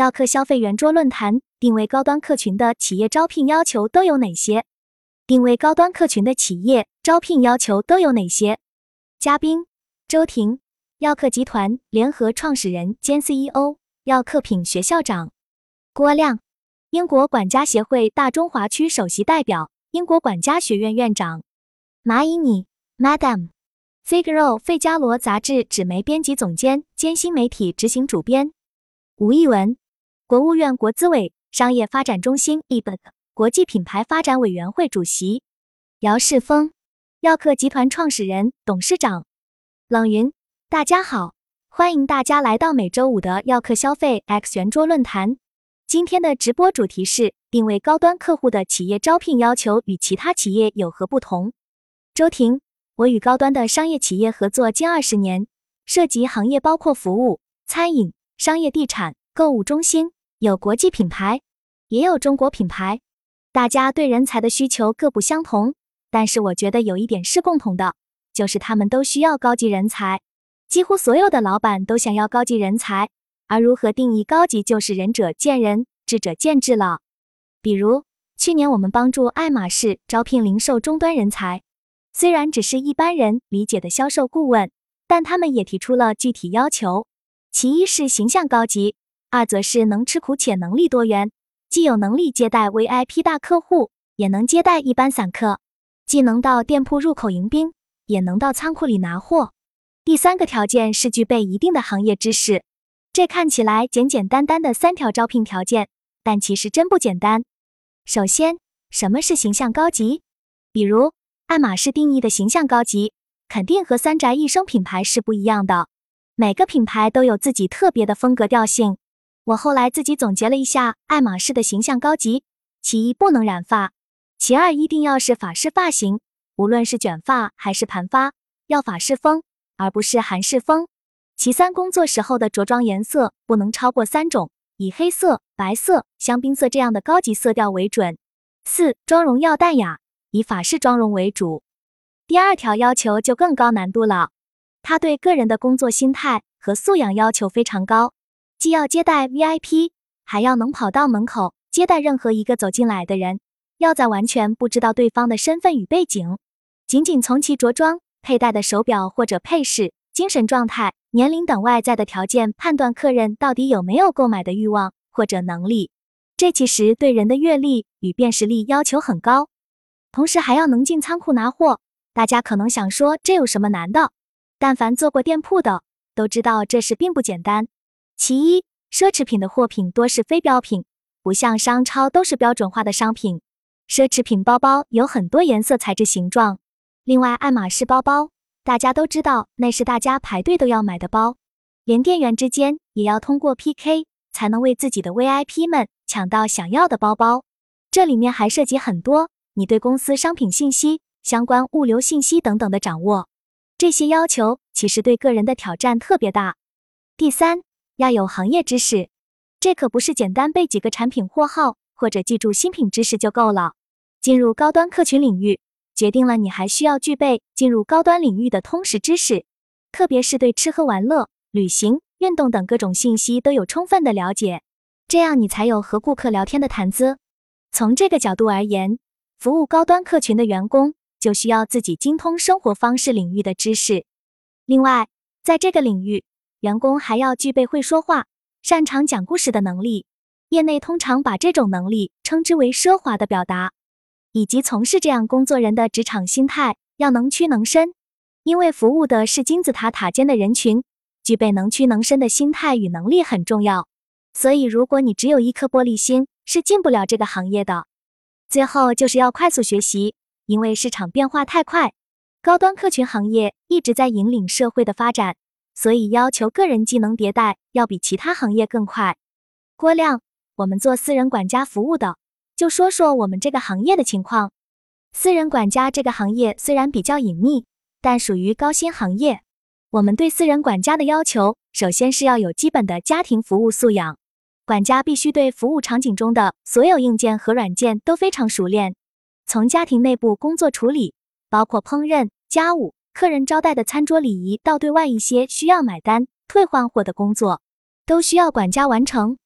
药客消费圆桌论坛定位高端客群的企业招聘要求都有哪些？定位高端客群的企业招聘要求都有哪些？嘉宾：周婷，药客集团联合创始人兼 CEO， 药客品学校长；郭亮，英国管家协会大中华区首席代表，英国管家学院院长；马以你 ，Madam，Figaro 费加罗杂志纸媒编辑总监兼新媒体执行主编；吴艺文，国务院国资委商业发展中心 IBC 国际品牌发展委员会主席；姚世峰，药客集团创始人、董事长；冷云，大家好，欢迎大家来到每周五的药客消费 X 圆桌论坛。今天的直播主题是定位高端客户的企业招聘要求与其他企业有何不同。周婷，我与高端的商业企业合作近20年，涉及行业包括服务、餐饮、商业地产、购物中心，有国际品牌，也有中国品牌。大家对人才的需求各不相同，但是我觉得有一点是共同的，就是他们都需要高级人才。几乎所有的老板都想要高级人才，而如何定义高级就是仁者见仁，智者见智了。比如，去年我们帮助爱马仕招聘零售终端人才，虽然只是一般人理解的销售顾问，但他们也提出了具体要求。其一是形象高级，二则是能吃苦且能力多元，既有能力接待 VIP 大客户，也能接待一般散客，既能到店铺入口迎宾，也能到仓库里拿货。第三个条件是具备一定的行业知识。这看起来简简单单的3条招聘条件，但其实真不简单。首先，什么是形象高级？比如，爱马仕定义的形象高级，肯定和三宅一生品牌是不一样的。每个品牌都有自己特别的风格调性。我后来自己总结了一下爱马仕的形象高级：其一，不能染发；其二，一定要是法式发型，无论是卷发还是盘发，要法式风，而不是韩式风。其三，工作时候的着装颜色不能超过3种，以黑色、白色、香槟色这样的高级色调为准。四，妆容要淡雅，以法式妆容为主。第二条要求就更高难度了，他对个人的工作心态和素养要求非常高，既要接待 VIP， 还要能跑到门口接待任何一个走进来的人，要在完全不知道对方的身份与背景，仅仅从其着装、佩戴的手表或者配饰、精神状态、年龄等外在的条件判断客人到底有没有购买的欲望或者能力。这其实对人的阅历与辨识力要求很高，同时还要能进仓库拿货。大家可能想说这有什么难的？但凡做过店铺的都知道这事并不简单。其一，奢侈品的货品多是非标品，不像商超都是标准化的商品。奢侈品包包有很多颜色、材质、形状。另外，爱马仕包包大家都知道，那是大家排队都要买的包，连店员之间也要通过 PK 才能为自己的 VIP 们抢到想要的包包。这里面还涉及很多你对公司商品信息、相关物流信息等等的掌握，这些要求其实对个人的挑战特别大。第三，要有行业知识，这可不是简单背几个产品货号或者记住新品知识就够了。进入高端客群领域，决定了你还需要具备进入高端领域的通识知识，特别是对吃喝玩乐、旅行、运动等各种信息都有充分的了解，这样你才有和顾客聊天的谈资。从这个角度而言，服务高端客群的员工就需要自己精通生活方式领域的知识。另外，在这个领域，员工还要具备会说话、擅长讲故事的能力，业内通常把这种能力称之为奢华的表达，以及从事这样工作人的职场心态要能屈能伸。因为服务的是金字塔塔尖的人群，具备能屈能伸的心态与能力很重要。所以如果你只有一颗玻璃心，是进不了这个行业的。最后就是要快速学习，因为市场变化太快，高端客群行业一直在引领社会的发展，所以要求个人技能迭代要比其他行业更快。郭亮，我们做私人管家服务的，就说说我们这个行业的情况。私人管家这个行业虽然比较隐秘，但属于高薪行业。我们对私人管家的要求，首先是要有基本的家庭服务素养。管家必须对服务场景中的所有硬件和软件都非常熟练，从家庭内部工作处理，包括烹饪、家务、客人招待的餐桌礼仪，到对外一些需要买单、退换货的工作，都需要管家完成。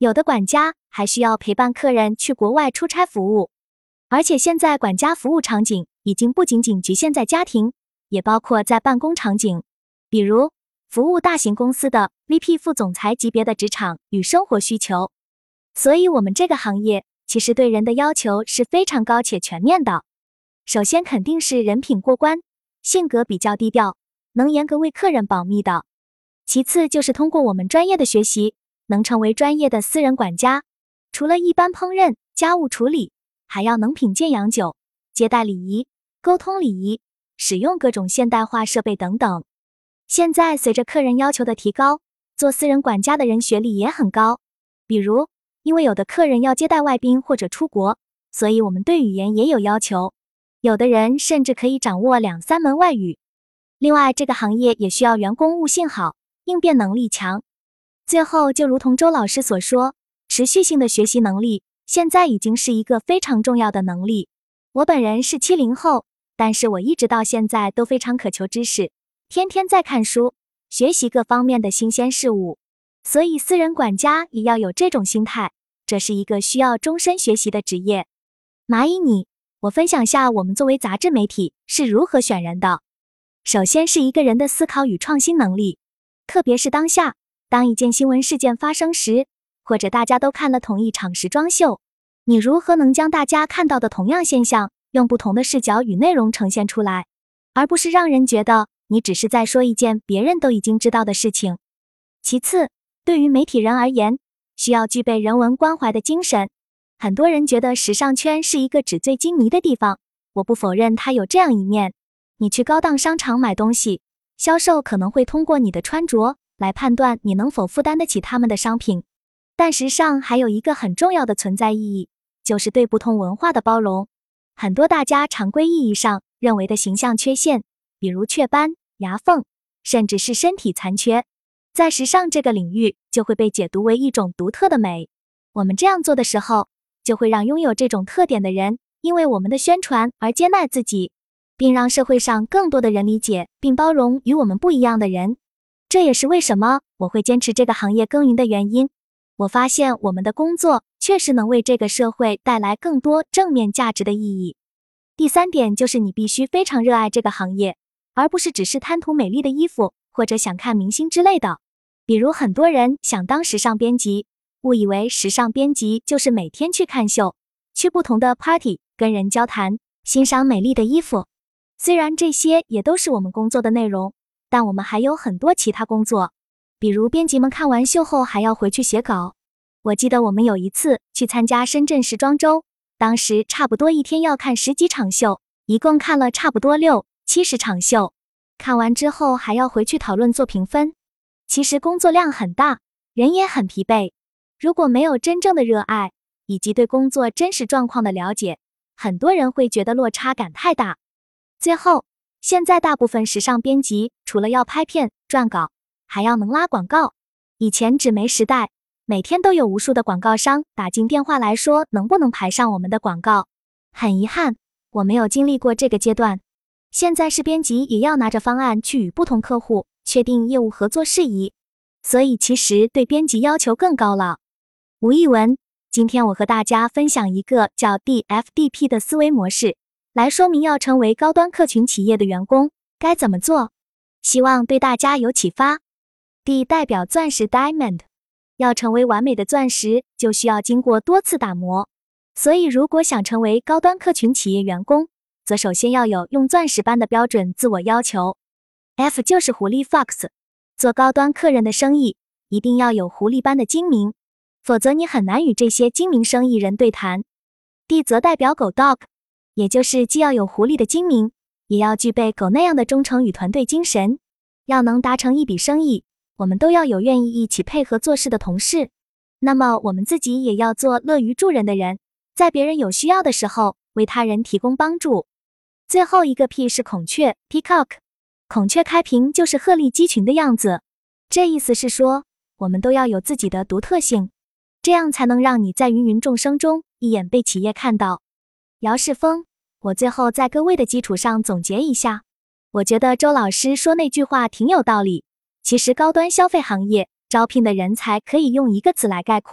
有的管家还需要陪伴客人去国外出差服务。而且现在管家服务场景已经不仅仅局限在家庭，也包括在办公场景，比如服务大型公司的 VP 副总裁级别的职场与生活需求。所以我们这个行业其实对人的要求是非常高且全面的。首先肯定是人品过关，性格比较低调，能严格为客人保密的。其次就是通过我们专业的学习，能成为专业的私人管家。除了一般烹饪、家务处理，还要能品鉴洋酒、接待礼仪、沟通礼仪、使用各种现代化设备等等。现在随着客人要求的提高，做私人管家的人学历也很高。比如，因为有的客人要接待外宾或者出国，所以我们对语言也有要求。有的人甚至可以掌握2、3门外语。另外，这个行业也需要员工悟性好，应变能力强。最后，就如同周老师所说，持续性的学习能力现在已经是一个非常重要的能力。我本人是70后，但是我一直到现在都非常渴求知识，天天在看书，学习各方面的新鲜事物。所以私人管家也要有这种心态，这是一个需要终身学习的职业。蚂蚁你，我分享下我们作为杂志媒体是如何选人的。首先是一个人的思考与创新能力，特别是当下，当一件新闻事件发生时，或者大家都看了同一场时装秀，你如何能将大家看到的同样现象，用不同的视角与内容呈现出来，而不是让人觉得你只是在说一件别人都已经知道的事情。其次，对于媒体人而言，需要具备人文关怀的精神。很多人觉得时尚圈是一个纸醉金迷的地方，我不否认它有这样一面。你去高档商场买东西，销售可能会通过你的穿着来判断你能否负担得起他们的商品。但时尚还有一个很重要的存在意义，就是对不同文化的包容。很多大家常规意义上认为的形象缺陷，比如雀斑、牙缝，甚至是身体残缺，在时尚这个领域就会被解读为一种独特的美。我们这样做的时候，就会让拥有这种特点的人因为我们的宣传而接纳自己，并让社会上更多的人理解并包容与我们不一样的人。这也是为什么我会坚持这个行业耕耘的原因。我发现我们的工作确实能为这个社会带来更多正面价值的意义。第3点就是你必须非常热爱这个行业，而不是只是贪图美丽的衣服或者想看明星之类的。比如很多人想当时尚编辑，误以为时尚编辑就是每天去看秀，去不同的 party 跟人交谈，欣赏美丽的衣服。虽然这些也都是我们工作的内容，但我们还有很多其他工作。比如编辑们看完秀后还要回去写稿。我记得我们有一次去参加深圳时装周，当时差不多一天要看10几场秀，一共看了差不多60、70场秀。看完之后还要回去讨论做评分。其实工作量很大，人也很疲惫。如果没有真正的热爱，以及对工作真实状况的了解，很多人会觉得落差感太大。最后，现在大部分时尚编辑除了要拍片、撰稿，还要能拉广告。以前纸媒时代，每天都有无数的广告商打进电话来说能不能排上我们的广告。很遗憾，我没有经历过这个阶段。现在是编辑也要拿着方案去与不同客户确定业务合作事宜，所以其实对编辑要求更高了。无译文，今天我和大家分享一个叫 DFDP 的思维模式，来说明要成为高端客群企业的员工该怎么做，希望对大家有启发。D 代表钻石 Diamond， 要成为完美的钻石，就需要经过多次打磨。所以如果想成为高端客群企业员工，则首先要有用钻石般的标准自我要求。F 就是狐狸 Fox， 做高端客人的生意，一定要有狐狸般的精明，否则你很难与这些精明生意人对谈。D 则代表狗 Dog， 也就是既要有狐狸的精明，也要具备狗那样的忠诚与团队精神。要能达成一笔生意，我们都要有愿意一起配合做事的同事。那么我们自己也要做乐于助人的人，在别人有需要的时候为他人提供帮助。最后一个 P 是孔雀 Peacock， 孔雀开屏就是鹤立鸡群的样子，这意思是说我们都要有自己的独特性，这样才能让你在芸芸众生中一眼被企业看到。姚世峰，我最后在各位的基础上总结一下，我觉得周老师说那句话挺有道理。其实高端消费行业招聘的人才可以用一个词来概括，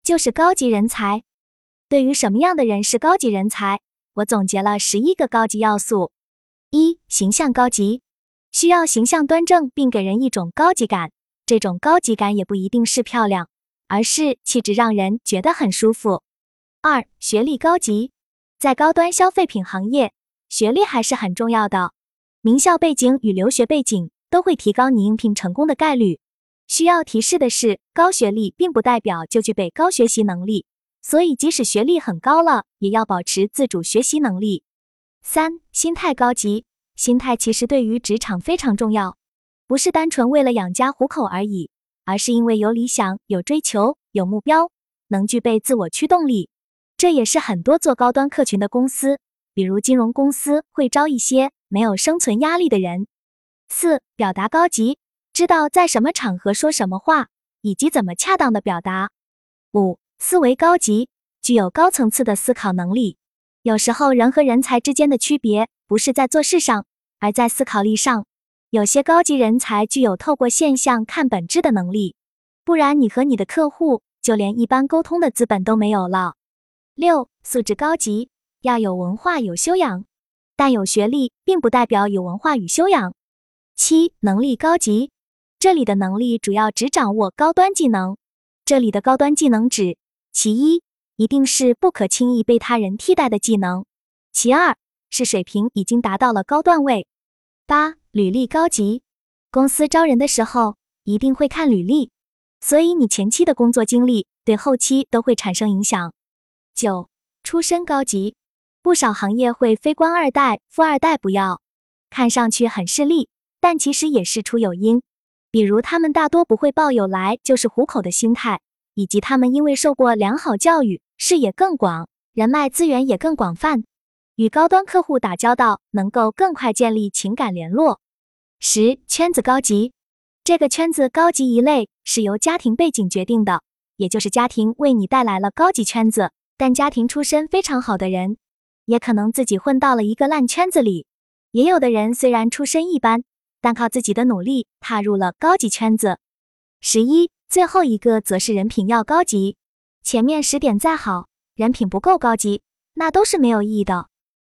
就是高级人才。对于什么样的人是高级人才，我总结了11个高级要素。1. 形象高级，需要形象端正并给人一种高级感，这种高级感也不一定是漂亮，而是气质让人觉得很舒服。2. 学历高级，在高端消费品行业，学历还是很重要的，名校背景与留学背景都会提高你应聘成功的概率。需要提示的是，高学历并不代表就具备高学习能力，所以即使学历很高了，也要保持自主学习能力。3. 心态高级，心态其实对于职场非常重要，不是单纯为了养家糊口而已，而是因为有理想、有追求、有目标，能具备自我驱动力。这也是很多做高端客群的公司，比如金融公司会招一些没有生存压力的人。4. 表达高级，知道在什么场合说什么话，以及怎么恰当的表达。5. 思维高级，具有高层次的思考能力。有时候人和人才之间的区别不是在做事上，而在思考力上。有些高级人才具有透过现象看本质的能力，不然你和你的客户就连一般沟通的资本都没有了。6. 素质高级，要有文化有修养，但有学历并不代表有文化与修养。7. 能力高级，这里的能力主要指掌握高端技能，这里的高端技能指其一，一定是不可轻易被他人替代的技能，其二是水平已经达到了高段位。8. 履历高级，公司招人的时候一定会看履历，所以你前期的工作经历对后期都会产生影响。9. 出身高级，不少行业会非官二代、富二代不要，看上去很势利，但其实也事出有因，比如他们大多不会抱有来就是糊口的心态，以及他们因为受过良好教育，视野更广，人脉资源也更广泛，与高端客户打交道能够更快建立情感联络。10. 圈子高级，这个圈子高级一类是由家庭背景决定的，也就是家庭为你带来了高级圈子，但家庭出身非常好的人，也可能自己混到了一个烂圈子里，也有的人虽然出身一般，但靠自己的努力踏入了高级圈子。11. 最后一个则是人品要高级，前面10点再好，人品不够高级，那都是没有意义的。